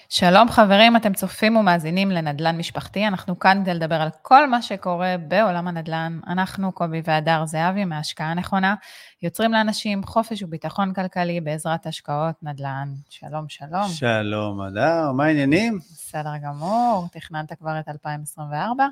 שלום חברים, אתם צופים ומאזינים לנדל"ן משפחתי, אנחנו כאן כדי לדבר על כל מה שקורה בעולם הנדל"ן. אנחנו, קובי והדר זהבי, מהשקעה נכונה, יוצרים לאנשים חופש וביטחון כלכלי בעזרת השקעות נדל"ן. שלום, שלום. שלום, הדר, מה העניינים? בסדר גמור, תכננת כבר את 2024?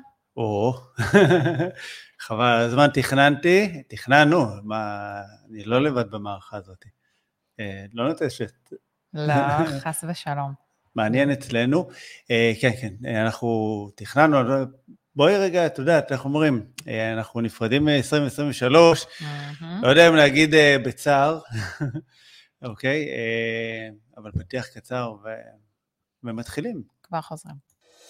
חבל, הזמן תכננו, אני לא לבד במערכה הזאת. לא נוטשת. לא, חס ושלום. מעניין אצלנו. כן, אנחנו תכננו, בואי רגע, אתה יודע, אנחנו אומרים, אנחנו נפרדים מ-2023, לא יודע אם להגיד בצער, אוקיי, אבל פתיח קצר ומתחילים. כבר חוזרים.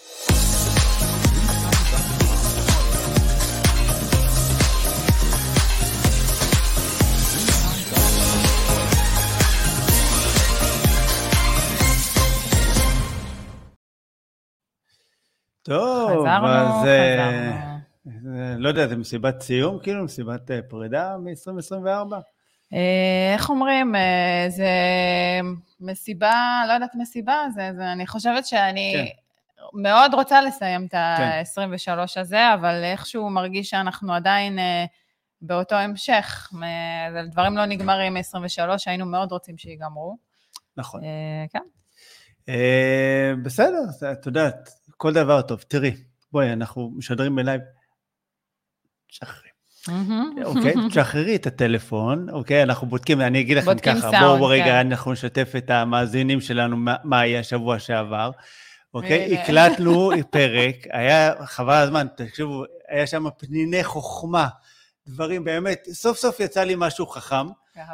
טוב, חזרנו. לא יודע, זה מסיבת סיום, כאילו, מסיבת פרידה מ-2024? איך אומרים, זה מסיבה, לא יודעת מסיבה, אני חושבת שאני מאוד רוצה לסיים את ה-23 הזה, אבל איכשהו מרגיש שאנחנו עדיין באותו המשך, דברים לא נגמרים מ-23, היינו מאוד רוצים שיגמרו. נכון. כן. בסדר, את יודעת, כל דבר טוב. תראי, בואי, אנחנו משדרים בלייב, שחררי. אוקיי, תשחררי את הטלפון, אוקיי, אנחנו בודקים, אני אגיד לכם ככה, בואו רגע, אנחנו נשתף את המאזינים שלנו, מה היה שבוע שעבר, אוקיי, הקלטנו פרק, היה חבל הזמן, תקשיבו, היה שם פניני חוכמה, דברים באמת, סוף סוף יצא לי משהו חכם,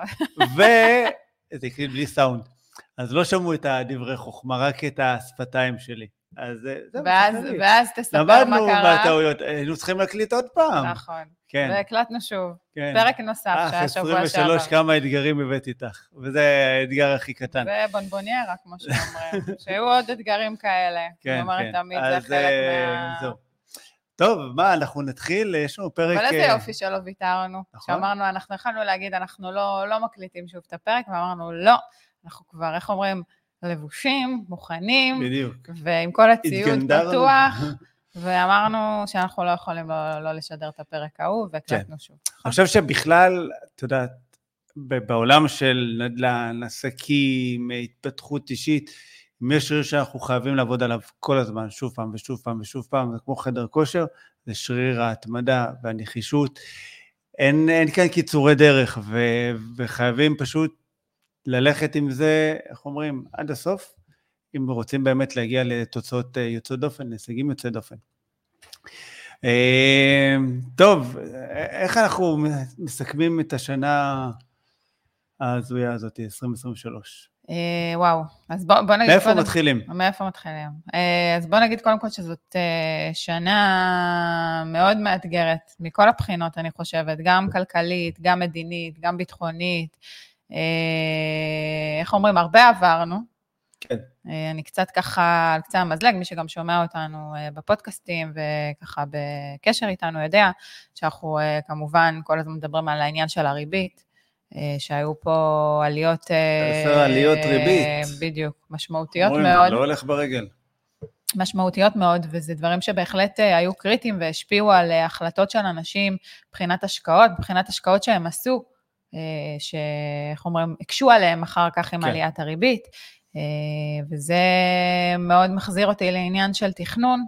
זה הקליט בלי סאונד, אז לא שמעו את הדברי חוכמה, רק את השפתיים שלי. ואז תספר מה קרה. למדנו מהטעויות, היינו צריכים להקליט עוד פעם. נכון, והקלטנו שוב. פרק נוסף שהיה שבוע שעבר. 23 כמה אתגרים הבאת איתך, וזה האתגר הכי קטן. זה בונבוניירה, כמו שאומרים. שהיו עוד אתגרים כאלה. כן, אומרת, תמיד זה חלק זהו. טוב, מה, אנחנו נתחיל, יש לנו פרק... אבל איזה יופי שלא ויתרנו. שאמרנו, אנחנו יכולנו להגיד, אנחנו לא מקליטים שוב את הפרק, ואמרנו, לא, אנחנו כבר, איך אומרים, לבושים, מוכנים, בדיוק. ועם כל הציוד פתוח, ואמרנו שאנחנו לא יכולים לא לשדר את הפרק ההוא, והקלטנו שוב. אני חושב שבכלל, אתה יודעת, בעולם של נדל"ן, עסקים, התפתחות אישית, אם יש שריר שאנחנו חייבים לעבוד עליו כל הזמן, שוב פעם ושוב פעם ושוב פעם, זה כמו חדר כושר, זה שריר ההתמדה והנחישות, אין כאן קיצורי דרך, וחייבים פשוט ללכת עם זה, איך אומרים, עד הסוף, אם רוצים באמת להגיע לתוצאות יוצאות דופן, להישגים יוצאי דופן. טוב, איך אנחנו מסכמים את השנה ההזויה הזאת, 2023? וואו, אז בוא נגיד... מאיפה מתחילים? מאיפה מתחילים? אז בוא נגיד קודם כל שזאת שנה מאוד מאתגרת, מכל הבחינות אני חושבת, גם כלכלית, גם מדינית, גם ביטחונית, איך אומרים, הרבה עברנו. כן. אני קצת ככה, על קצה המזלג, מי שגם שומע אותנו בפודקאסטים, וככה בקשר איתנו יודע, שאנחנו כמובן כל הזמן מדברים על העניין של הריבית, שהיו פה עליות... עליות ריבית. בדיוק, משמעותיות אומרים, מאוד. לא הולך ברגל. משמעותיות מאוד, וזה דברים שבהחלט היו קריטיים, והשפיעו על החלטות של אנשים, מבחינת השקעות שהם עשו, שאיך אומרים, הקשו עליהם אחר כך עם עליית הריבית, וזה מאוד מחזיר אותי לעניין של תכנון,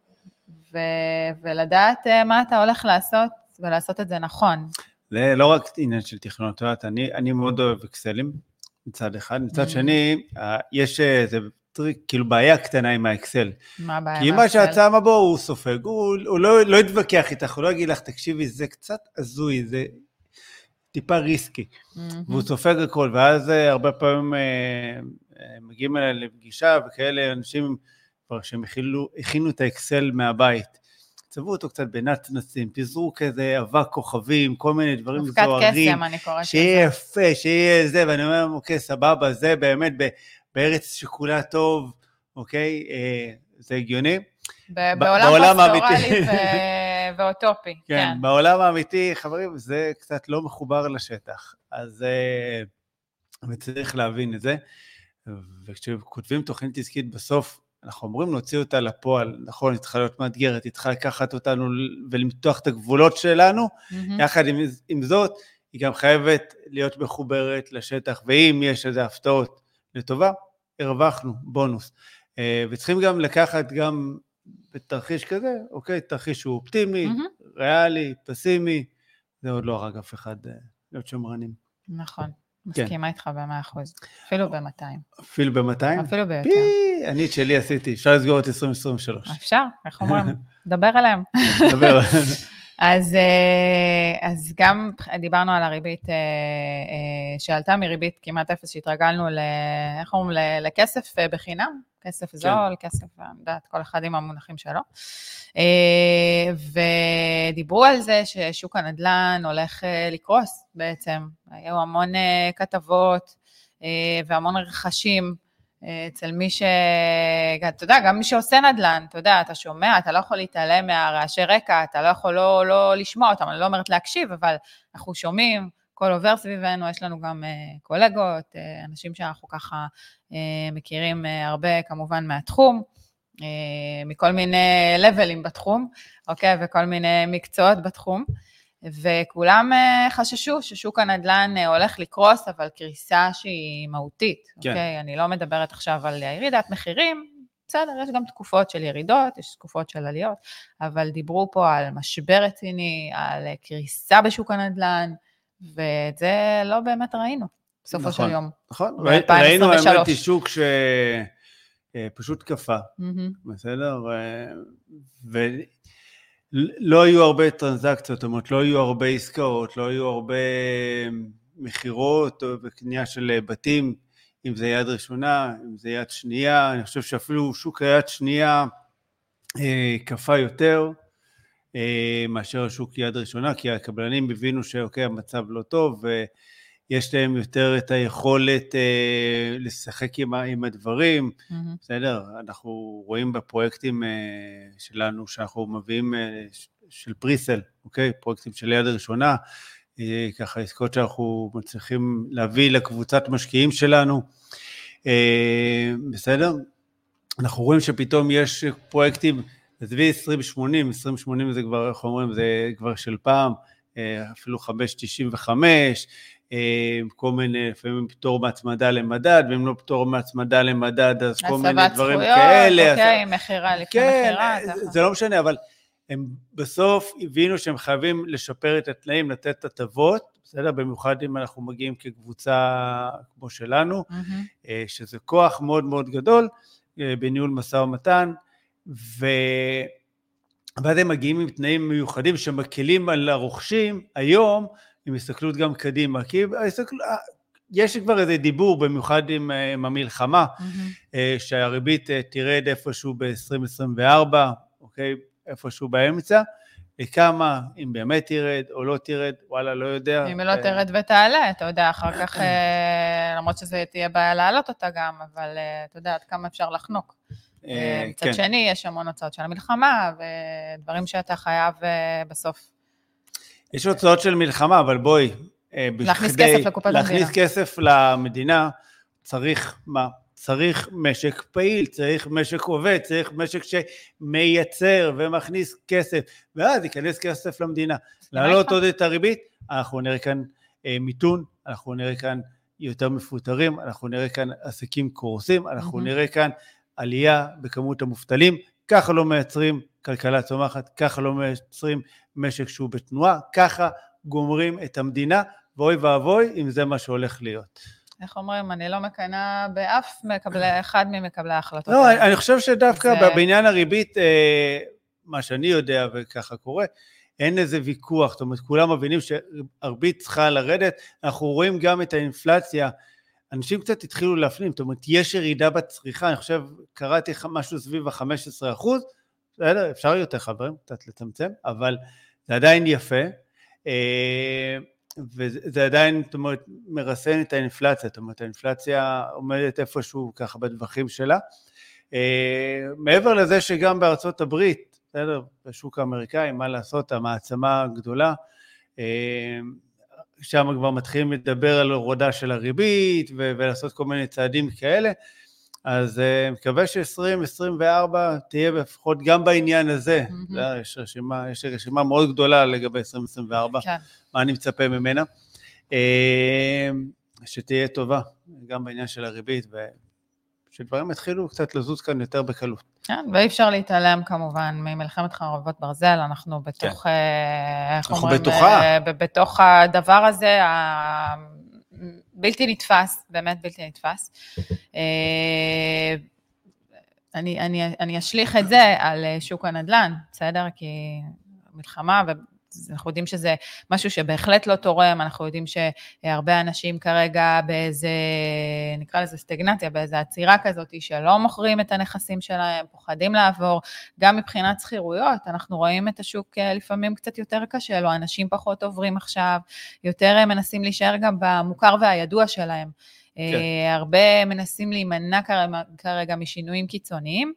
ולדעת מה אתה הולך לעשות, ולעשות את זה נכון. זה לא רק עניין של תכנון, את יודעת, אני מאוד אוהב אקסלים, מצד אחד, מצד שני, יש איזה טריק, כאילו בעיה קטנה עם האקסל. מה הבעיה? כי מה שהצעה מבוא הוא סופג, הוא לא יתווכח איתך, הוא לא יגיד לך, תקשיבי, זה קצת הזוי, זה טיפה ריסקי, והוא סופג הכל, ואז הרבה פעמים מגיעים אליי לפגישה, וכאלה אנשים כבר שהם הכינו את האקסל מהבית, צבעו אותו קצת בנצנצים, פיזרו כזה אבק כוכבים, כל מיני דברים זוהרים, קסם, אני קוראת שיהיה יפה, שיהיה זה, ואני אומר, אוקיי, סבבה, זה באמת בארץ שכולה טוב, אוקיי, זה הגיוני. בעולם פסטורלי ואוטופי. כן, בעולם האמיתי, חברים, זה קצת לא מחובר לשטח, אז צריך להבין את זה, וכשכותבים תוכנית עסקית בסוף, אנחנו אומרים להוציא אותה לפועל, נכון, היא צריכה להיות מאתגרת, היא צריכה לקחת אותנו ולמתוח את הגבולות שלנו, יחד עם זאת, היא גם חייבת להיות מחוברת לשטח, ואם יש איזה הפתעות לטובה, הרווחנו, בונוס. וצריכים גם לקחת גם בתרחיש כזה, אוקיי, תרחיש שהוא אופטימי, ריאלי, פסימי, זה עוד לא הרג אף אחד להיות שמרנים. נכון, מסכימה איתך ב100%, אפילו ב200. אפילו ב200? אפילו ביותר. אני את שלי עשיתי, אפשר לסגור את 2023. אפשר, איך אומרים? דבר עליהם. דבר. אז גם דיברנו על הריבית שעלתה מריבית כמעט אפס, שהתרגלנו איך אומרים, לכסף בחינם, כסף זול, כסף, אני יודעת, כל אחד עם המונחים שלו. ודיברו על זה ששוק הנדל"ן הולך לקרוס בעצם. היו המון כתבות והמון רכשים, אצל מי אתה יודע, גם מי שעושה נדל"ן, אתה יודע, אתה שומע, אתה לא יכול להתעלם מהרעשי רקע, אתה לא יכול לא לשמוע אותם, אני לא אומרת להקשיב, אבל אנחנו שומעים, כל עובר סביבנו, יש לנו גם קולגות, אנשים שאנחנו ככה מכירים הרבה כמובן מהתחום, מכל מיני לבלים בתחום, אוקיי, וכל מיני מקצועות בתחום, וכולם חששו ששוק הנדל"ן הולך לקרוס, אבל קריסה שהיא מהותית, כן. אוקיי? אני לא מדברת עכשיו על ירידת מחירים, בסדר, יש גם תקופות של ירידות, יש תקופות של עליות, אבל דיברו פה על משבר רציני, על קריסה בשוק הנדל"ן, ואת זה לא באמת ראינו, בסופו של יום. נכון, ראינו האמת שוק שפשוט קפה, בסדר? לא היו הרבה טרנזקציות, זאת אומרת, לא היו הרבה עסקאות, לא היו הרבה מחירות וקנייה של בתים, אם זה יד ראשונה, אם זה יד שנייה, אני חושב שאפילו שוק היד שנייה קפה יותר מאשר השוק יד ראשונה, כי הקבלנים הבינו שאוקיי, המצב לא טוב, ויש להם יותר את היכולת לשחק עם הדברים, בסדר? אנחנו רואים בפרויקטים שלנו, שאנחנו מביאים של פריסל, אוקיי? פרויקטים של יד ראשונה, ככה עסקות שאנחנו מצליחים להביא לקבוצת משקיעים שלנו, בסדר? אנחנו רואים שפתאום יש פרויקטים, עזבי 2080 זה כבר, איך אומרים, זה כבר של פעם, אפילו 595, כל מיני, לפעמים פטור מהצמדה למדד, ואם לא פטור מהצמדה למדד, אז כל מיני דברים כאלה. אוקיי, מחירה לפני מחירה. זה לא משנה, אבל הם בסוף הבינו שהם חייבים לשפר את התנאים, לתת הטבות, בסדר? במיוחד אם אנחנו מגיעים כקבוצה כמו שלנו, שזה כוח מאוד מאוד גדול, בניהול משא ומתן, ואז הם מגיעים עם תנאים מיוחדים שמקלים על הרוכשים היום, עם הסתכלות גם קדימה, כי יש כבר איזה דיבור, במיוחד עם המלחמה, שהריבית תירד איפשהו ב-2024, אוקיי? איפשהו באמצע, לכמה, אם באמת תירד או לא תירד, וואלה, לא יודע. אם לא תירד ותעלה, אתה יודע, אחר כך, למרות שזה תהיה בעיה להעלות אותה גם, אבל אתה יודע, עד כמה אפשר לחנוק. מצד שני, יש המון הוצאות של המלחמה, ודברים שאתה חייב בסוף. יש הוצאות של מלחמה, אבל בואי, להכניס כסף לקופת המדינה. להכניס כסף למדינה, צריך מה? צריך משק פעיל, צריך משק עובד, צריך משק שמייצר ומכניס כסף, ואז ייכנס כסף למדינה. להעלות עוד את הריבית, אנחנו נראה כאן מיתון, אנחנו נראה כאן יותר מפוטרים, אנחנו נראה כאן עסקים קורסים, אנחנו נראה כאן עלייה בכמות המובטלים, ככה לא מייצרים כלכלה צומחת, ככה לא מייצרים משק שהוא בתנועה, ככה גומרים את המדינה, ואוי ואבוי אם זה מה שהולך להיות. איך אומרים, אני לא מקנה באף אחד ממקבלי ההחלטות. לא, אני חושב שדווקא בעניין הריבית, מה שאני יודע וככה קורה, אין איזה ויכוח, זאת אומרת, כולם מבינים שהריבית צריכה לרדת, אנחנו רואים גם את האינפלציה, אנשים קצת התחילו להפנים, זאת אומרת, יש ירידה בצריכה, אני חושב, קראתי משהו סביב ה-15%, בסדר, אפשר יותר חברים, קצת לצמצם, אבל זה עדיין יפה, וזה עדיין, זאת אומרת, מרסן את האינפלציה, זאת אומרת, האינפלציה עומדת איפשהו ככה בדווחים שלה, מעבר לזה שגם בארצות הברית, בסדר, בשוק האמריקאי, מה לעשות, המעצמה הגדולה, שם כבר מתחילים לדבר על הורדה של הריבית, ולעשות כל מיני צעדים כאלה, אז מקווה ש-2024 תהיה לפחות גם בעניין הזה, יש רשימה מאוד גדולה לגבי 2024, מה אני מצפה ממנה, שתהיה טובה, גם בעניין של הריבית, שדברים התחילו קצת לזוז כאן יותר בקלות. כן, ואי אפשר להתעלם כמובן ממלחמת חרבות ברזל, אנחנו בתוך, איך אומרים, בתוך הדבר הזה, בלתי נתפס, באמת בלתי נתפס. אני אשליך את זה על שוק הנדל"ן, בסדר? כי מלחמה, אנחנו יודעים שזה משהו שבהחלט לא תורם, אנחנו יודעים שהרבה אנשים כרגע באיזה, נקרא לזה סטגנציה, באיזה עצירה כזאת, שלא מוכרים את הנכסים שלהם, פוחדים לעבור, גם מבחינת שכירויות, אנחנו רואים את השוק לפעמים קצת יותר קשה, לא, אנשים פחות עוברים עכשיו, יותר מנסים להישאר גם במוכר והידוע שלהם, הרבה מנסים להימנע כרגע משינויים קיצוניים,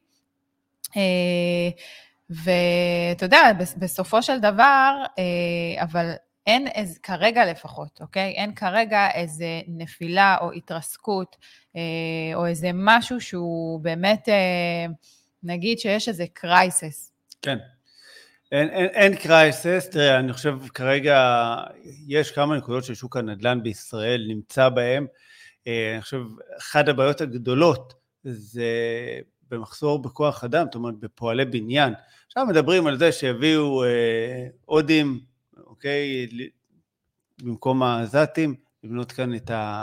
ואתה יודע, בסופו של דבר, אבל אין כרגע לפחות, אוקיי? אין כרגע איזה נפילה או התרסקות, או איזה משהו שהוא באמת, נגיד שיש איזה קרייסס. כן, אין קרייסס, תראה, אני חושב כרגע יש כמה נקודות של שוק הנדל"ן בישראל נמצא בהם, אני חושב אחת הבעיות הגדולות זה במחסור בכוח אדם, זאת אומרת בפועלי בניין, עכשיו מדברים על זה שהביאו עודים, אוקיי, במקום העזתים, לבנות כאן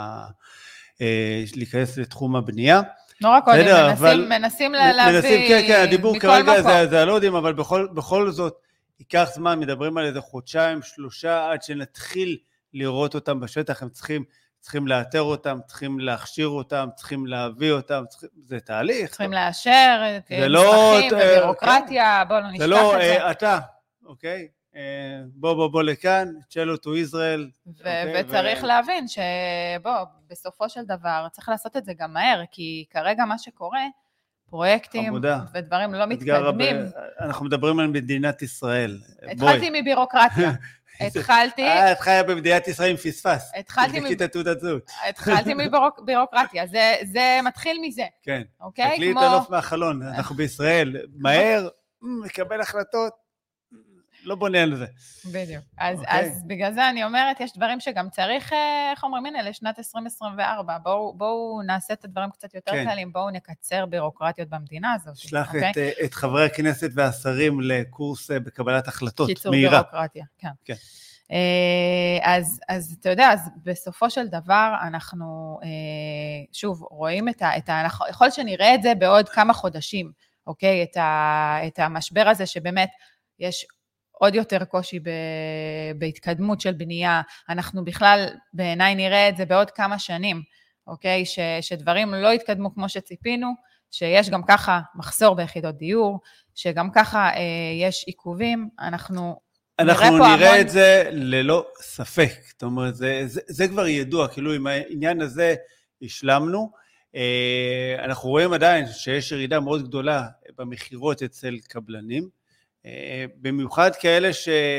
להיכנס לתחום הבנייה. לא רק עודים, מנסים להביא כן, הדיבור כרגע זה על עודים, אבל בכל זאת ייקח זמן, מדברים על איזה חודשיים, 3, עד שנתחיל לראות אותם בשטח, הם צריכים לאתר אותם, צריכים להכשיר אותם, צריכים להביא אותם, זה תהליך. צריכים לאשר, מסמכים ובירוקרטיה, בוא לא נשכח את זה. זה לא אתה, אוקיי? בוא לכאן, צ'לו טו ישראל. וצריך להבין שבוא, בסופו של דבר, צריך לעשות את זה גם מהר, כי כרגע מה שקורה, פרויקטים ודברים לא מתקדמים. אנחנו מדברים על מדינת ישראל. התחלתי מבירוקרטיה. התחלתי במדינת ישראל עם פספס. התחלתי מבירוקרטיה, זה מתחיל מזה. כן, תקליט אלוף מהחלון, אנחנו בישראל, מהר, מקבל החלטות, לא בונה על זה. בדיוק, אז בגלל זה אני אומרת, יש דברים שגם צריך, איך אומרים, הנה, לשנת 2024, בואו נעשה את הדברים קצת יותר קלים, בואו נקצר בירוקרטיות במדינה הזאת. שלח את חברי הכנסת והשרים לקורס בקבלת החלטות מהירה. קיצור בירוקרטיה, כן. אז אתה יודע, אז בסופו של דבר אנחנו שוב רואים יכול שנראה את זה בעוד כמה חודשים, אוקיי? את המשבר הזה שבאמת יש עוד יותר קושי בהתקדמות של בנייה, אנחנו בכלל בעיניי נראה את זה בעוד כמה שנים, אוקיי? שדברים לא יתקדמו כמו שציפינו, שיש גם ככה מחסור ביחידות דיור, שגם ככה יש עיכובים, אנחנו נראה את זה ללא ספק, זאת אומרת, זה כבר ידוע, כאילו עם העניין הזה השלמנו, אנחנו רואים עדיין שיש ירידה מאוד גדולה במחירות אצל קבלנים, במיוחד כאלה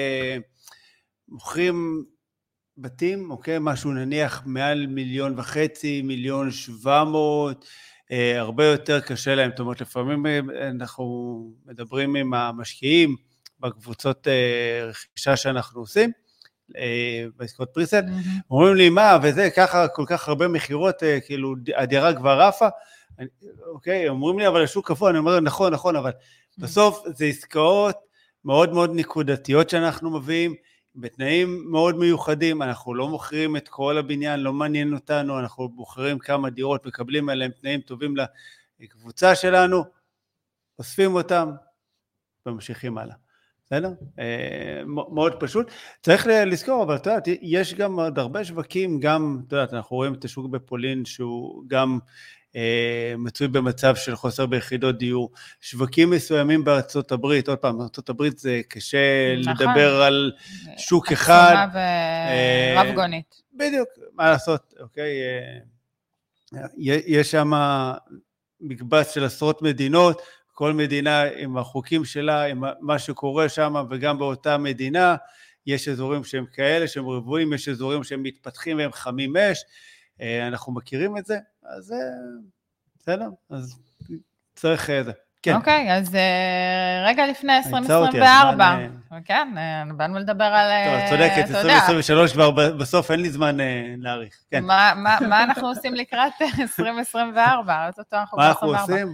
שמוכרים בתים, אוקיי, משהו נניח מעל 1.5 מיליון, 1.7 מיליון, הרבה יותר קשה להם, זאת אומרת, לפעמים אנחנו מדברים עם המשקיעים, בקבוצות רכישה שאנחנו עושים, בעסקאות פריסט, אומרים לי מה, וזה ככה כל כך הרבה מחירות, כאילו הדירה כבר רפה, אוקיי, אומרים לי אבל השוק קפוא, אני אומר נכון, אבל בסוף זה עסקאות מאוד מאוד נקודתיות שאנחנו מביאים, בתנאים מאוד מיוחדים, אנחנו לא מוכרים את כל הבניין, לא מעניין אותנו, אנחנו בוחרים כמה דירות, מקבלים עליהם תנאים טובים לקבוצה שלנו, אוספים אותם, וממשיכים הלאה. בסדר? מאוד פשוט. צריך לזכור, אבל אתה יודעת, יש גם עוד הרבה שווקים, גם, אתה יודעת, אנחנו רואים את השוק בפולין, שהוא גם מצוי במצב של חוסר ביחידות דיור, שווקים מסוימים בארצות הברית, עוד פעם, בארצות הברית זה קשה לדבר על שוק אחד. עצומה ורב גונית. בדיוק, מה לעשות, אוקיי? יש שם מקבץ של עשרות מדינות, כל מדינה עם החוקים שלה, עם מה שקורה שם, וגם באותה מדינה, יש אזורים שהם כאלה, שהם רבועים, יש אזורים שהם מתפתחים והם חמים אש, אנחנו מכירים את זה, אז בסדר, אז צריך זה. כן. אוקיי, אז רגע לפני 2024, כן, באנו לדבר על, טוב, צודקת, 2023 כבר בסוף אין לי זמן להאריך, כן. מה אנחנו עושים לקראת 2024? מה אנחנו עושים?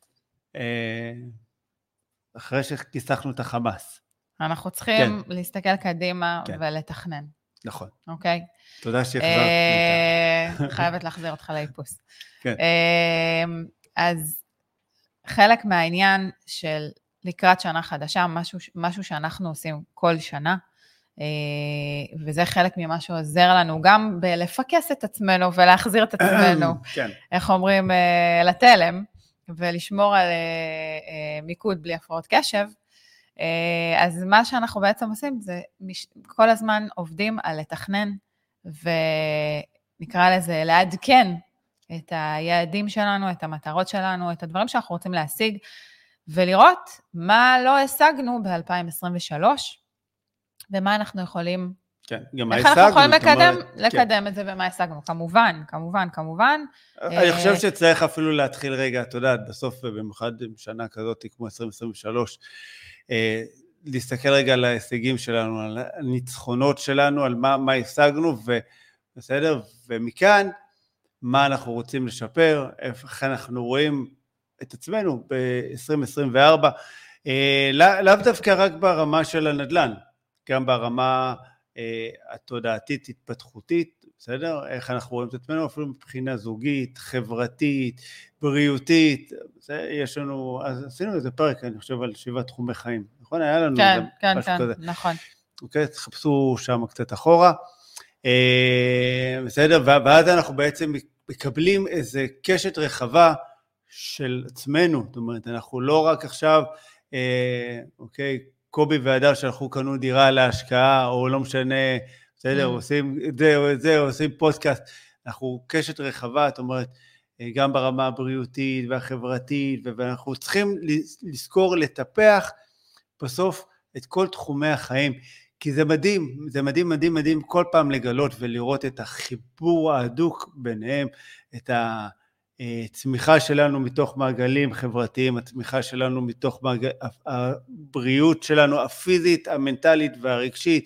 אחרי שכיסחנו את החמאס. אנחנו צריכים להסתכל קדימה ולתכנן. נכון. אוקיי? תודה שהחזרת. חייבת להחזיר אותך לאיפוס. כן. אז חלק מהעניין של לקראת שנה חדשה, משהו שאנחנו עושים כל שנה, וזה חלק ממה שעוזר לנו גם בלפקס את עצמנו ולהחזיר את עצמנו, איך אומרים, לתלם, ולשמור על מיקוד בלי הפרעות קשב. אז מה שאנחנו בעצם עושים זה כל הזמן עובדים על לתכנן ונקרא לזה לעדכן את היעדים שלנו, את המטרות שלנו, את הדברים שאנחנו רוצים להשיג, ולראות מה לא השגנו ב-2023, ומה אנחנו יכולים, כן, גם מה איך אנחנו יכולים לקדם את זה, ומה השגנו, כמובן. אני חושב שצריך אפילו להתחיל רגע, אתה יודע, בסוף, במיוחד שנה כזאת, כמו 2023, להסתכל רגע על ההישגים שלנו, על הניצחונות שלנו, על מה השגנו, ובסדר, ומכאן, מה אנחנו רוצים לשפר, איך אנחנו רואים את עצמנו ב-2024, לאו דווקא רק ברמה של הנדל"ן, גם ברמה התודעתית, התפתחותית, בסדר? איך אנחנו רואים את עצמנו, אפילו מבחינה זוגית, חברתית, בריאותית, יש לנו, אז עשינו איזה פרק, אני חושב, על 7 תחומי חיים, נכון? היה לנו כן, משהו כזה. נכון. אוקיי, תחפשו שם קצת אחורה, בסדר? ואז אנחנו בעצם מקבלים איזה קשת רחבה של עצמנו, זאת אומרת, אנחנו לא רק עכשיו, אוקיי, קובי והדר שלחו קנו דירה להשקעה, או לא משנה, בסדר, עושים את זה או את זה, עושים פודקאסט, אנחנו קשת רחבה, זאת אומרת, גם ברמה הבריאותית והחברתית, ואנחנו צריכים לזכור, לטפח בסוף את כל תחומי החיים, כי זה מדהים כל פעם לגלות ולראות את החיבור ההדוק ביניהם, את הצמיחה שלנו מתוך מעגלים חברתיים, הצמיחה שלנו מתוך הבריאות שלנו, הפיזית, המנטלית והרגשית.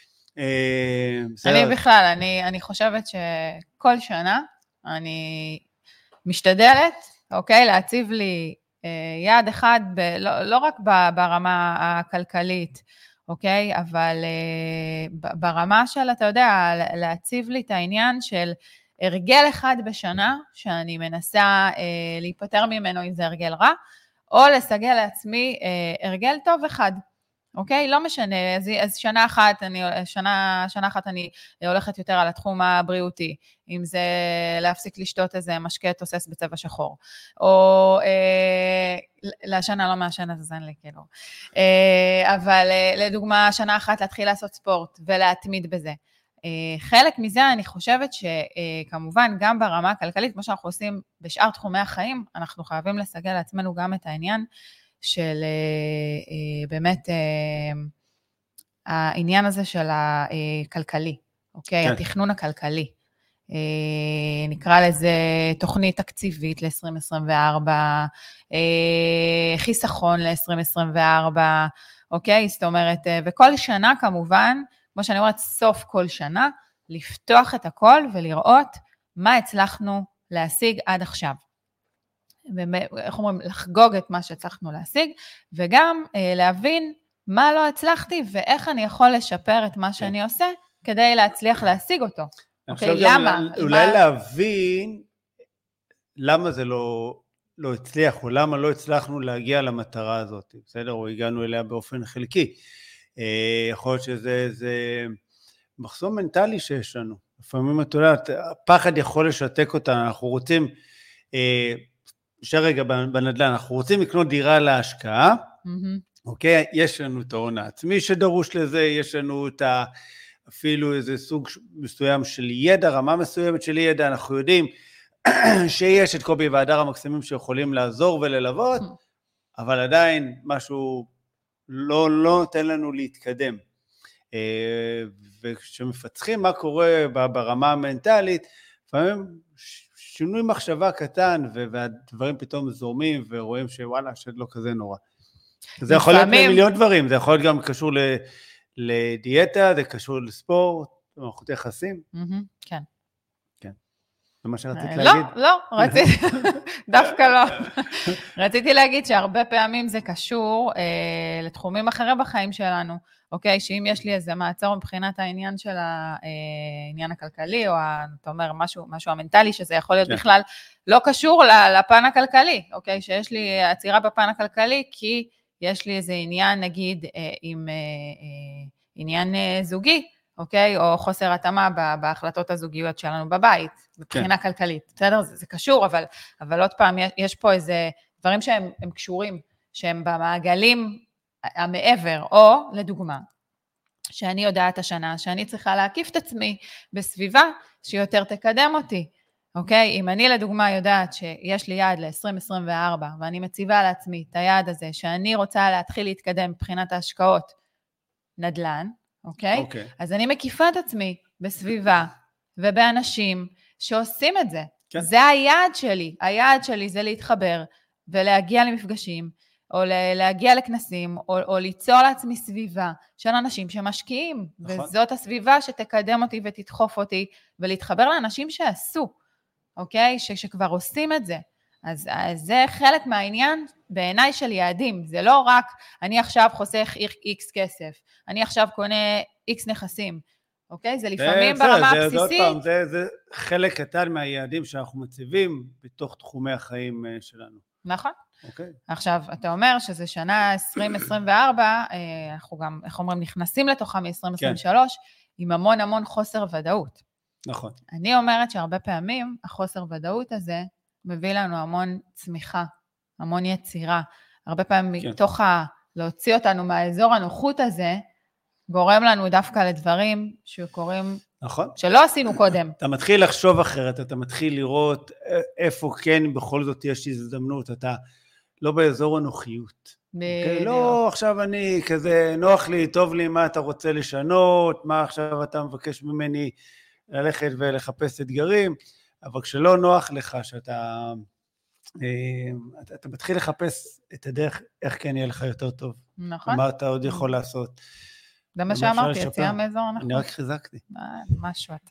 אני בכלל, אני חושבת שכל שנה אני משתדלת, אוקיי, להציב לי יעד אחד, לא רק ברמה הכלכלית, אוקיי, אבל ברמה של, אתה יודע, להציב לי את העניין של הרגל אחד בשנה, שאני מנסה להיפטר ממנו אם זה הרגל רע, או לסגל לעצמי הרגל טוב אחד, אוקיי? לא משנה, אז שנה אחת אני הולכת יותר על התחום הבריאותי, אם זה להפסיק לשתות איזה משקה תוסס בצבע שחור, או לשנה לא מהשנה, אז אין לי כאילו. אבל לדוגמה, שנה אחת להתחיל לעשות ספורט ולהתמיד בזה. חלק מזה אני חושבת שכמובן גם ברמה הכלכלית, כמו שאנחנו עושים בשאר תחומי החיים, אנחנו חייבים לסגל לעצמנו גם את העניין של באמת העניין הזה של הכלכלי, אוקיי? כן. התכנון הכלכלי. נקרא לזה תוכנית תקציבית ל-2024, חיסכון ל-2024, אוקיי? זאת אומרת, וכל שנה כמובן, כמו שאני אומרת, סוף כל שנה, לפתוח את הכל ולראות מה הצלחנו להשיג עד עכשיו. איך אומרים, לחגוג את מה שהצלחנו להשיג, וגם להבין מה לא הצלחתי, ואיך אני יכול לשפר את מה שאני עושה, כדי להצליח להשיג אותו. אוקיי, למה? אולי להבין למה זה לא הצליח, או למה לא הצלחנו להגיע למטרה הזאת, בסדר? או הגענו אליה באופן חלקי. יכול להיות שזה מחסום מנטלי שיש לנו. לפעמים אתה יודע, הפחד יכול לשתק אותנו, אנחנו רוצים, שרגע בנדל"ן, אנחנו רוצים לקנות דירה להשקעה, אוקיי? יש לנו את ההון העצמי שדרוש לזה, יש לנו את אפילו איזה סוג מסוים של ידע, רמה מסוימת של ידע, אנחנו יודעים שיש את קובי והדר המקסימים שיכולים לעזור וללוות, אבל עדיין משהו לא נותן לנו להתקדם. וכשמפצחים מה קורה ברמה המנטלית, לפעמים שינוי מחשבה קטן, והדברים פתאום זורמים, ורואים שוואלה, שלא כזה נורא. זה יכול להיות מיליון דברים, זה יכול להיות גם קשור לדיאטה, זה קשור לספורט, מערכות יחסים. כן. כן. זה מה שרצית להגיד? לא, רציתי, דווקא לא. רציתי להגיד שהרבה פעמים זה קשור לתחומים אחרים בחיים שלנו, אוקיי? שאם יש לי איזה מעצור מבחינת העניין של העניין הכלכלי, או אתה אומר משהו המנטלי, שזה יכול להיות בכלל לא קשור לפן הכלכלי, אוקיי? שיש לי עצירה בפן הכלכלי, כי יש לי איזה עניין, נגיד, עם עניין זוגי, אוקיי? או חוסר התאמה בהחלטות הזוגיות שלנו בבית, מבחינה כלכלית. בסדר? זה קשור, אבל עוד פעם, יש פה איזה דברים שהם קשורים, שהם במעגלים המעבר, או, לדוגמה, שאני יודעת השנה, שאני צריכה להקיף את עצמי בסביבה שיותר תקדם אותי. אוקיי? אם אני לדוגמה יודעת שיש לי יעד ל-2024, ואני מציבה לעצמי את היעד הזה, שאני רוצה להתחיל להתקדם מבחינת ההשקעות נדל"ן, אוקיי? אז אני מקיפה את עצמי בסביבה ובאנשים שעושים את זה. כן. זה היעד שלי. היעד שלי זה להתחבר ולהגיע למפגשים, או להגיע לכנסים, או ליצור לעצמי סביבה של אנשים שמשקיעים. נכון. וזאת הסביבה שתקדם אותי ותדחוף אותי, ולהתחבר לאנשים שעשו. אוקיי? שכבר עושים את זה. אז זה חלק מהעניין בעיניי של יעדים. זה לא רק אני עכשיו חוסך X כסף, אני עכשיו קונה X נכסים. אוקיי? זה לפעמים ברמה הבסיסית. זה חלק קטן מהיעדים שאנחנו מציבים בתוך תחומי החיים שלנו. נכון. אוקיי. עכשיו, אתה אומר שזה שנה 2024, אנחנו גם, איך אומרים, נכנסים לתוכה מ-2023, עם המון חוסר ודאות. נכון. אני אומרת שהרבה פעמים החוסר ודאות הזה מביא לנו המון צמיחה, המון יצירה. הרבה פעמים מתוך להוציא אותנו מהאזור הנוחות הזה, גורם לנו דווקא לדברים שקורים, נכון. שלא עשינו קודם. אתה מתחיל לחשוב אחרת, אתה מתחיל לראות איפה כן בכל זאת יש הזדמנות, אתה לא באזור הנוחיות. Okay, לא, עכשיו אני כזה נוח לי, טוב לי, מה אתה רוצה לשנות, מה עכשיו אתה מבקש ממני ללכת ולחפש אתגרים, אבל כשלא נוח לך שאתה אתה מתחיל לחפש את הדרך, איך כן יהיה לך יותר טוב. נכון. מה אתה עוד יכול לעשות. זה מה שאמרתי, יציאה מאזור הנוחות. אני רק חיזקתי. משהו אתה.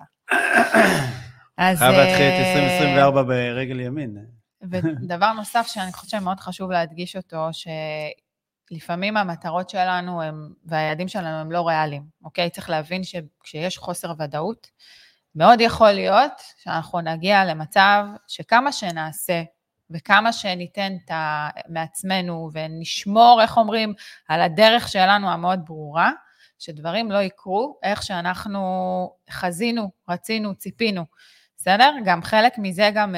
חייב להתחיל את 2024 ברגל ימין. ודבר נוסף שאני חושבת שמאוד חשוב להדגיש אותו, שלפעמים המטרות שלנו והיעדים שלנו הם לא ריאליים, אוקיי? צריך להבין שכשיש חוסר ודאות, מאוד יכול להיות שאנחנו נגיע למצב שכמה שנעשה, וכמה שניתן מעצמנו, ונשמור, איך אומרים, על הדרך שלנו המאוד ברורה, שדברים לא יקרו, איך שאנחנו חזינו, רצינו, ציפינו. בסדר? גם חלק מזה גם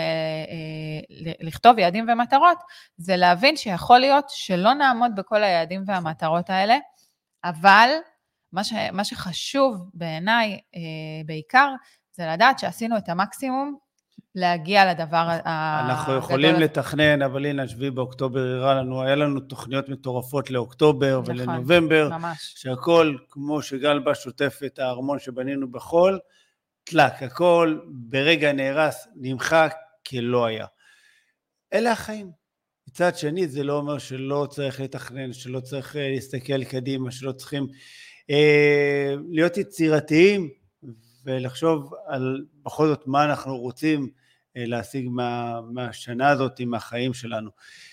לכתוב יעדים ומטרות, זה להבין שיכול להיות שלא נעמוד בכל היעדים והמטרות האלה, אבל מה שחשוב בעיניי בעיקר, זה לדעת שעשינו את המקסימום להגיע לדבר הגדול. אנחנו יכולים לתכנן, אבל הנה 7 באוקטובר הראה לנו, היה לנו תוכניות מטורפות לאוקטובר ולנובמבר, שהכל כמו שגל בה שוטף את הארמון שבנינו בחול, תלק, הכל ברגע נהרס, נמחק כלא היה. אלה החיים. מצד שני, זה לא אומר שלא צריך לתכנן, שלא צריך להסתכל קדימה, שלא צריכים להיות יצירתיים, ולחשוב על בכל זאת מה אנחנו רוצים להשיג מהשנה הזאת, מהחיים שלנו.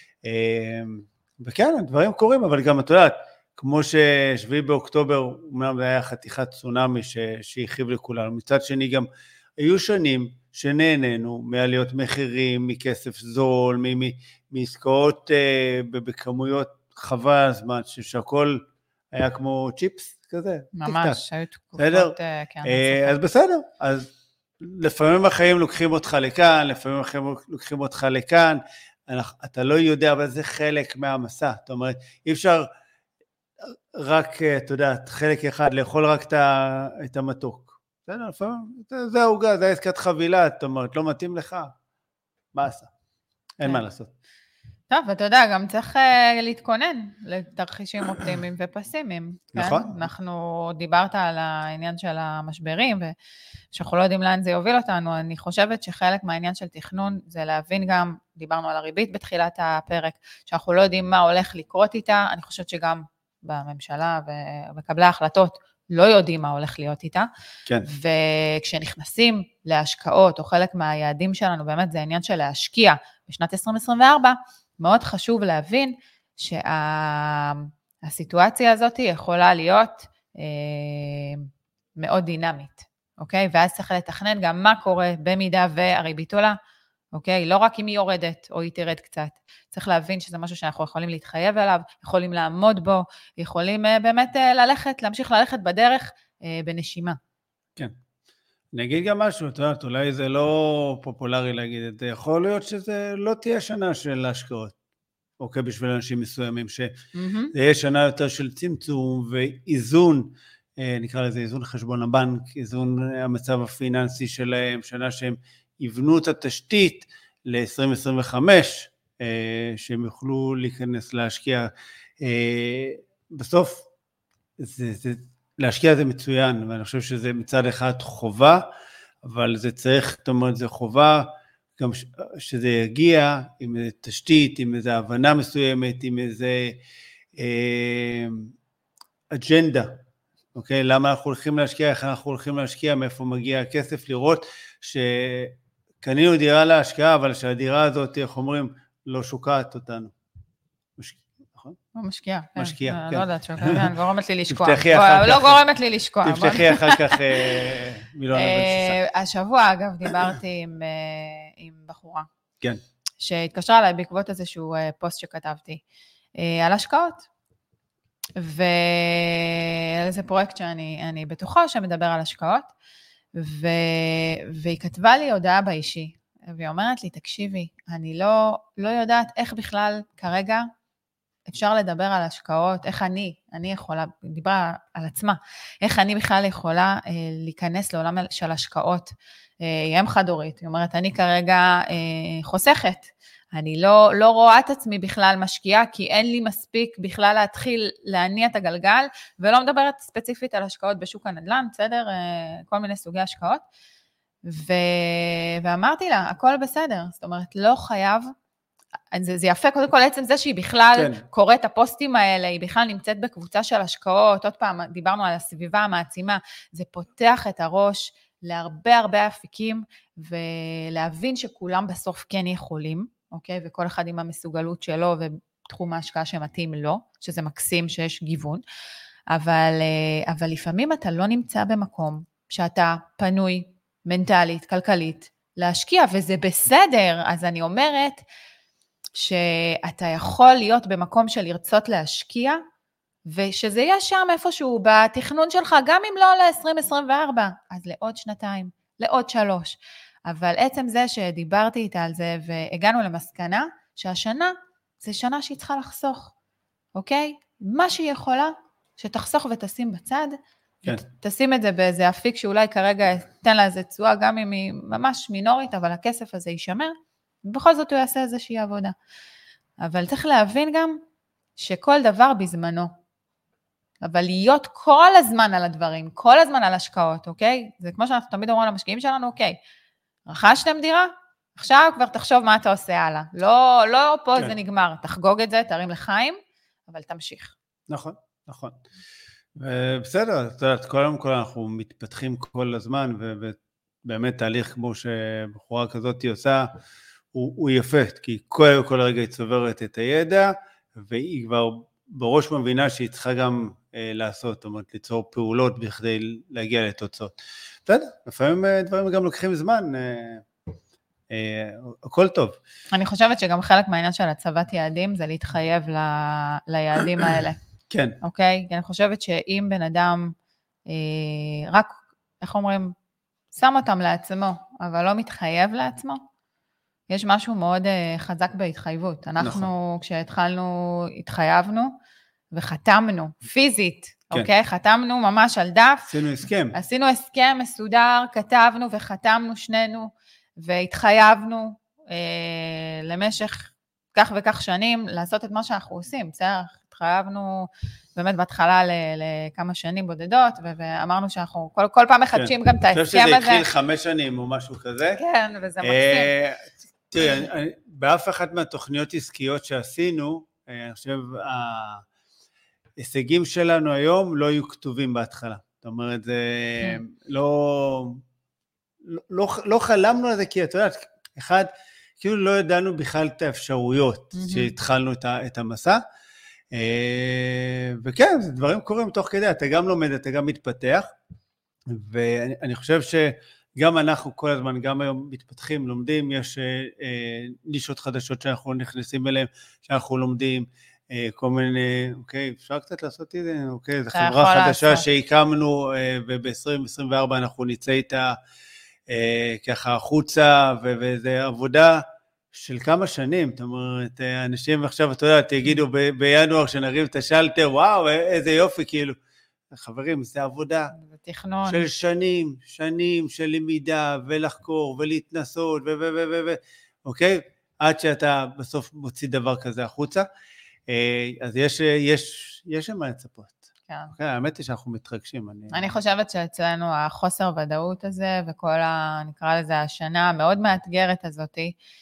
וכן, הדברים קורים, אבל גם את יודעת, כמו ש7 באוקטובר, אומנם זה היה חתיכת צונאמי שהרחיב לכולנו, מצד שני גם היו שנים שנהנינו מעליות מחירים, מכסף זול, מעסקאות בכמויות חבל הזמן, שהכל היה כמו צ'יפס כזה. ממש, היו תקופות, כן. אז בסדר, אז לפעמים החיים לוקחים אותך לכאן, לפעמים החיים לוקחים אותך לכאן, אתה לא יודע, אבל זה חלק מהמסע, זאת אומרת, אי אפשר רק, אתה יודע, חלק אחד, לאכול רק את המתוק. בסדר, לפעמים, זה ההוגה, זה עסקת חבילה, זאת אומרת, לא מתאים לך, מה עשה? אין מה לעשות. טוב, ואתה יודע, גם צריך להתכונן לתרחישים אופטימיים ופסימיים. נכון. כן? אנחנו דיברת על העניין של המשברים, ושאנחנו לא יודעים לאן זה יוביל אותנו. אני חושבת שחלק מהעניין של תכנון זה להבין גם, דיברנו על הריבית בתחילת הפרק, שאנחנו לא יודעים מה הולך לקרות איתה. אני חושבת שגם בממשלה ומקבלי ההחלטות לא יודעים מה הולך להיות איתה. כן. וכשנכנסים להשקעות, או חלק מהיעדים שלנו, באמת זה העניין של להשקיע בשנת 2024, מאוד חשוב להבין שהסיטואציה הזאת יכולה להיות מאוד דינמית, אוקיי? ואז צריך לתכנן גם מה קורה במידה והריבית עולה, אוקיי? לא רק אם היא יורדת או היא תרד קצת. צריך להבין שזה משהו שאנחנו יכולים להתחייב אליו, יכולים לעמוד בו, יכולים באמת להמשיך ללכת בדרך בנשימה. כן. אני אגיד גם משהו, את יודעת, אולי זה לא פופולרי להגיד את זה, יכול להיות שזה לא תהיה שנה של השקעות, אוקיי, בשביל אנשים מסוימים, שזה יהיה שנה יותר של צמצום ואיזון, נקרא לזה איזון חשבון הבנק, איזון המצב הפיננסי שלהם, שנה שהם יבנו את התשתית ל-2025, שהם יוכלו להיכנס להשקיע. בסוף, להשקיע זה מצוין, ואני חושב שזה מצד אחד חובה, אבל זה צריך, זאת אומרת, זה חובה גם שזה יגיע עם איזו תשתית, עם איזו הבנה מסוימת, עם איזו אג'נדה, אוקיי? למה אנחנו הולכים להשקיע, איך אנחנו הולכים להשקיע, מאיפה מגיע הכסף, לראות שקנינו דירה להשקעה, אבל שהדירה הזאת, איך אומרים, לא שוקעת אותנו. משקיעה. משקיעה, כן. לא יודעת, גורמת לי לשקוע. לא גורמת לי לשקוע. תפתחי אחר כך מילון הבן שישה. השבוע, אגב, דיברתי עם בחורה. כן. שהתקשרה אליי בעקבות איזשהו פוסט שכתבתי על השקעות. וזה פרויקט שאני בטוחה שמדבר על השקעות. והיא כתבה לי הודעה באישי. והיא אומרת לי, תקשיבי, אני לא יודעת איך בכלל כרגע אפשר לדבר על השקעות, איך אני יכולה, דיברה על עצמה, איך אני בכלל יכולה להיכנס לעולם של השקעות, היא אם חד-הורית, היא אומרת, אני כרגע חוסכת, אני לא רואה את עצמי בכלל משקיעה, כי אין לי מספיק בכלל להתחיל להניע את הגלגל, ולא מדברת ספציפית על השקעות בשוק הנדל"ן, בסדר? כל מיני סוגי השקעות, ואמרתי לה, הכל בסדר, זאת אומרת, לא חייב, זה יפה, קודם כל, עצם זה שהיא בכלל קוראת את הפוסטים האלה, היא בכלל נמצאת בקבוצה של השקעות, עוד פעם, דיברנו על הסביבה המעצימה, זה פותח את הראש להרבה אפיקים, ולהבין שכולם בסוף כן יכולים, אוקיי? וכל אחד עם המסוגלות שלו, ותחום ההשקעה שמתאים לו, שזה מקסים שיש גיוון, אבל לפעמים אתה לא נמצא במקום, שאתה פנוי, מנטלית, כלכלית, להשקיע, וזה בסדר, אז אני אומרת, שאתה יכול להיות במקום של לרצות להשקיע, ושזה יהיה שם איפשהו בתכנון שלך, גם אם לא ל-2024, אז לעוד 2, לעוד 3. אבל עצם זה שדיברתי איתה על זה, והגענו למסקנה, שהשנה זה שנה שהיא צריכה לחסוך, אוקיי? מה שהיא יכולה, שתחסוך ותשים בצד, כן. תשים את זה באיזה אפיק שאולי כרגע תן לה איזה צועה, גם אם היא ממש מינורית, אבל הכסף הזה יישמר, ובכל זאת הוא יעשה איזושהי עבודה. אבל צריך להבין גם שכל דבר בזמנו, אבל להיות כל הזמן על הדברים, כל הזמן על השקעות, אוקיי? זה כמו שאנחנו תמיד אומרים למשקיעים שלנו, אוקיי, רכשתם דירה, עכשיו כבר תחשוב מה אתה עושה הלאה. לא פה כן. זה נגמר, תחגוג את זה, תרים לחיים, אבל תמשיך. נכון, נכון. בסדר, את יודעת, קודם כל אנחנו מתפתחים כל הזמן, ובאמת תהליך כמו שבחורה כזאת היא עושה, הוא יפה, כי כל רגע היא צוברת את הידע, והיא כבר בראש מבינה שהיא צריכה גם לעשות, זאת אומרת, ליצור פעולות בכדי להגיע לתוצאות. בסדר, לפעמים דברים גם לוקחים זמן, הכל טוב. אני חושבת שגם חלק מהעניין של הצבת יעדים, זה להתחייב ליעדים האלה. כן. אוקיי? כי אני חושבת שאם בן אדם רק, איך אומרים, שם אותם לעצמו, אבל לא מתחייב לעצמו, יש משהו מאוד חזק בהתחייבות. אנחנו, כשהתחלנו, התחייבנו וחתמנו, פיזית, אוקיי? חתמנו ממש על דף. עשינו הסכם מסודר, כתבנו וחתמנו שנינו, והתחייבנו למשך כך וכך שנים לעשות את מה שאנחנו עושים, בסדר? התחייבנו באמת בהתחלה לכמה שנים בודדות, ואמרנו שאנחנו כל פעם מחדשים גם את ההסכם הזה. אני חושב שזה התחיל 5 שנים או משהו כזה. כן, וזה מקסים. תראי, באף אחת מהתוכניות עסקיות שעשינו, אני חושב, ההישגים שלנו היום לא יהיו כתובים בהתחלה. זאת אומרת, זה לא חלמנו על זה, כי את יודעת, אחד, כאילו לא ידענו בכלל את האפשרויות שהתחלנו את המסע, וכן, דברים קורים תוך כדי, אתה גם לומד, אתה גם מתפתח, ואני חושב שגם אנחנו כל הזמן, גם היום מתפתחים, לומדים, יש נישות חדשות שאנחנו נכנסים אליהם, שאנחנו לומדים, כל מיני, אוקיי, אפשר קצת לעשות את זה? אוקיי, זו חברה חדשה שהקמנו, וב-2024 אנחנו נצא איתה ככה החוצה, וזה עבודה של כמה שנים, זאת אומרת, אנשים עכשיו, אתה יודע, תגידו בינואר שנרים את השלטר, וואו, איזה יופי, כאילו, חברים, זה עבודה של שנים של למידה, ולחקור, ולהתנסות, אוקיי? עד שאתה בסוף מוציא דבר כזה החוצה, אז יש מה לצפות. כן, האמת היא שאנחנו מתרגשים. אני חושבת שאצלנו החוסר ודאות הזה, וכל נקרא לזה השנה המאוד מאתגרת הזאת,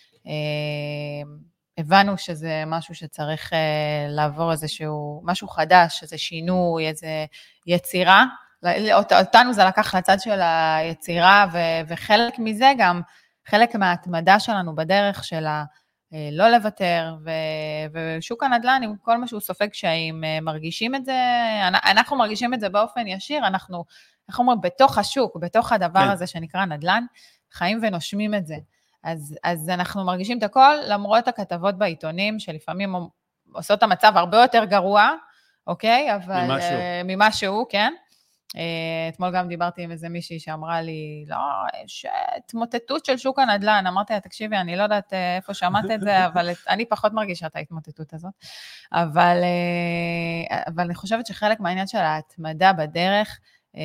הבנו שזה משהו שצריך לעבור איזשהו, משהו חדש, איזה שינוי, איזה יצירה. אותנו זה לקח לצד של היצירה, וחלק מזה גם, חלק מההתמדה שלנו בדרך שלה, לא לוותר, ושוק הנדל"ן, עם כל מה שהוא סופג קשיים, מרגישים את זה, אנחנו מרגישים את זה באופן ישיר, אנחנו אומרים, בתוך השוק, בתוך הדבר הזה שנקרא נדל"ן, חיים ונושמים את זה. אז אנחנו מרגישים את הכל, למרות הכתבות בעיתונים, שלפעמים עושות את המצב הרבה יותר גרוע, אוקיי? אבל ממשהו, כן? אתמול גם דיברתי עם איזה מישהי שאמרה לי, לא, יש התמוטטות של שוק הנדל"ן, אמרתי לה, תקשיבי, אני לא יודעת איפה שמעת את זה, אבל אני פחות מרגישה את ההתמוטטות הזאת, אבל אני חושבת שחלק מהעניין של ההתמדה בדרך,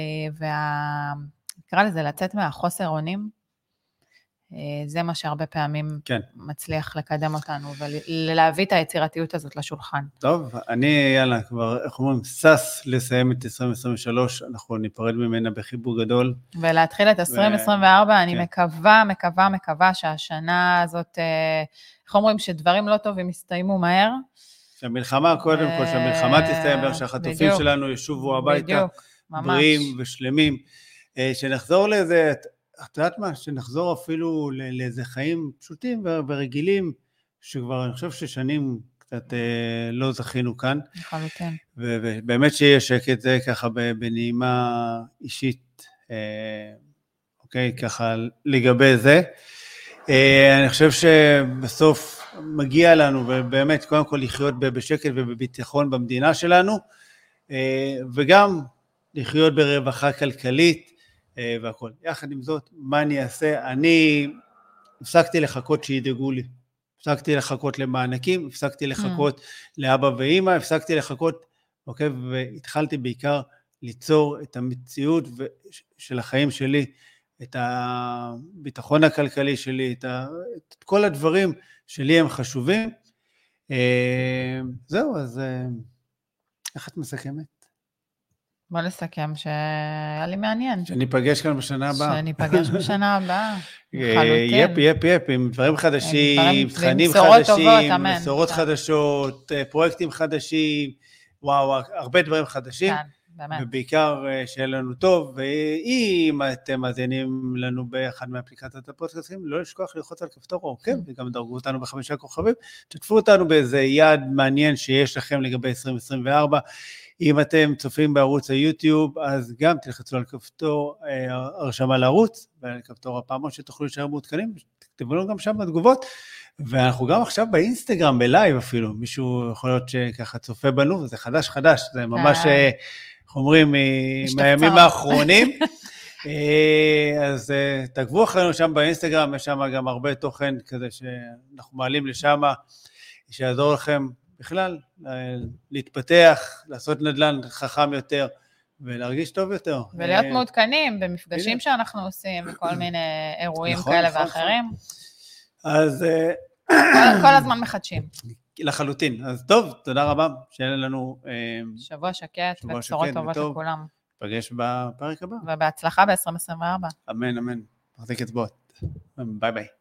נקרא לזה לצאת מהחוסר אונים, זה מה שהרבה פעמים מצליח לקדם אותנו, ולהביא את היצירתיות הזאת לשולחן. טוב, אני, יאללה, כבר, איך אומרים, סס לסיים את 2023, אנחנו ניפרד ממנה בחיבור גדול. ולהתחיל את 2024, אני מקווה שהשנה הזאת, איך אומרים, שדברים לא טובים יסתיימו מהר. שהמלחמה, קודם כל, שהמלחמה תסתיים, שהחטופים שלנו ישובו הביתה, בריאים ושלמים, שנחזור לזה, את יודעת מה? שנחזור אפילו לאיזה חיים פשוטים ורגילים, שכבר אני חושב ששנים קצת לא זכינו כאן. לחלוטין. ובאמת שיהיה שקט זה ככה בנעימה אישית, אוקיי, ככה לגבי זה. אני חושב שבסוף מגיע לנו, ובאמת קודם כל לחיות בשקט ובביטחון במדינה שלנו, וגם לחיות ברווחה כלכלית, והכל. יחד עם זאת, מה אני אעשה? אני הפסקתי לחכות שידאגו לי. הפסקתי לחכות למענקים, הפסקתי לחכות לאבא ואמא, הפסקתי לחכות, אוקיי, והתחלתי בעיקר ליצור את המציאות של החיים שלי, את הביטחון הכלכלי שלי, את כל הדברים שלי הם חשובים. זהו, אז איך את מסכמת? בוא נסכם שהיה לי מעניין. שניפגש כאן בשנה הבאה. שניפגש בשנה הבאה. יפ, עם דברים חדשים, תכנים חדשים, בשורות חדשות, פרויקטים חדשים, וואו, הרבה דברים חדשים. ובעיקר שיהיה לנו טוב, ואם אתם מאזינים לנו באחד מאפליקציות הפודקאסטים, לא לשכוח ללחוץ על כפתור עוקב, וגם דרגו אותנו ב5 כוכבים, תשתפו אותנו באיזה יעד מעניין שיש לכם לגבי 2024, אם אתם צופים בערוץ היוטיוב, אז גם תלחצו על כפתור הרשמה לערוץ, ועל כפתור הפעמון שתוכלו להישאר מעודכנים, תכתבו לנו גם שם בתגובות, ואנחנו גם עכשיו באינסטגרם, בלייב אפילו, מישהו יכול להיות שככה צופה בנו, זה חדש, זה ממש, איך אומרים, מהימים האחרונים, אז תעקבו אחרינו שם באינסטגרם, יש שם גם הרבה תוכן כזה שאנחנו מעלים לשם, שיעזור לכם בכלל, להתפתח, לעשות נדל"ן חכם יותר, ולהרגיש טוב יותר. ולהיות מעודכנים במפגשים שאנחנו עושים, וכל מיני אירועים כאלה ואחרים. אז כל הזמן מחדשים. לחלוטין. אז טוב, תודה רבה, שיהיה לנו... שבוע שקט ובשורות טובות לכולם. נפגש בפרק הבא. ובהצלחה ב-2024. אמן, אמן. מחזיק אצבעות. ביי ביי.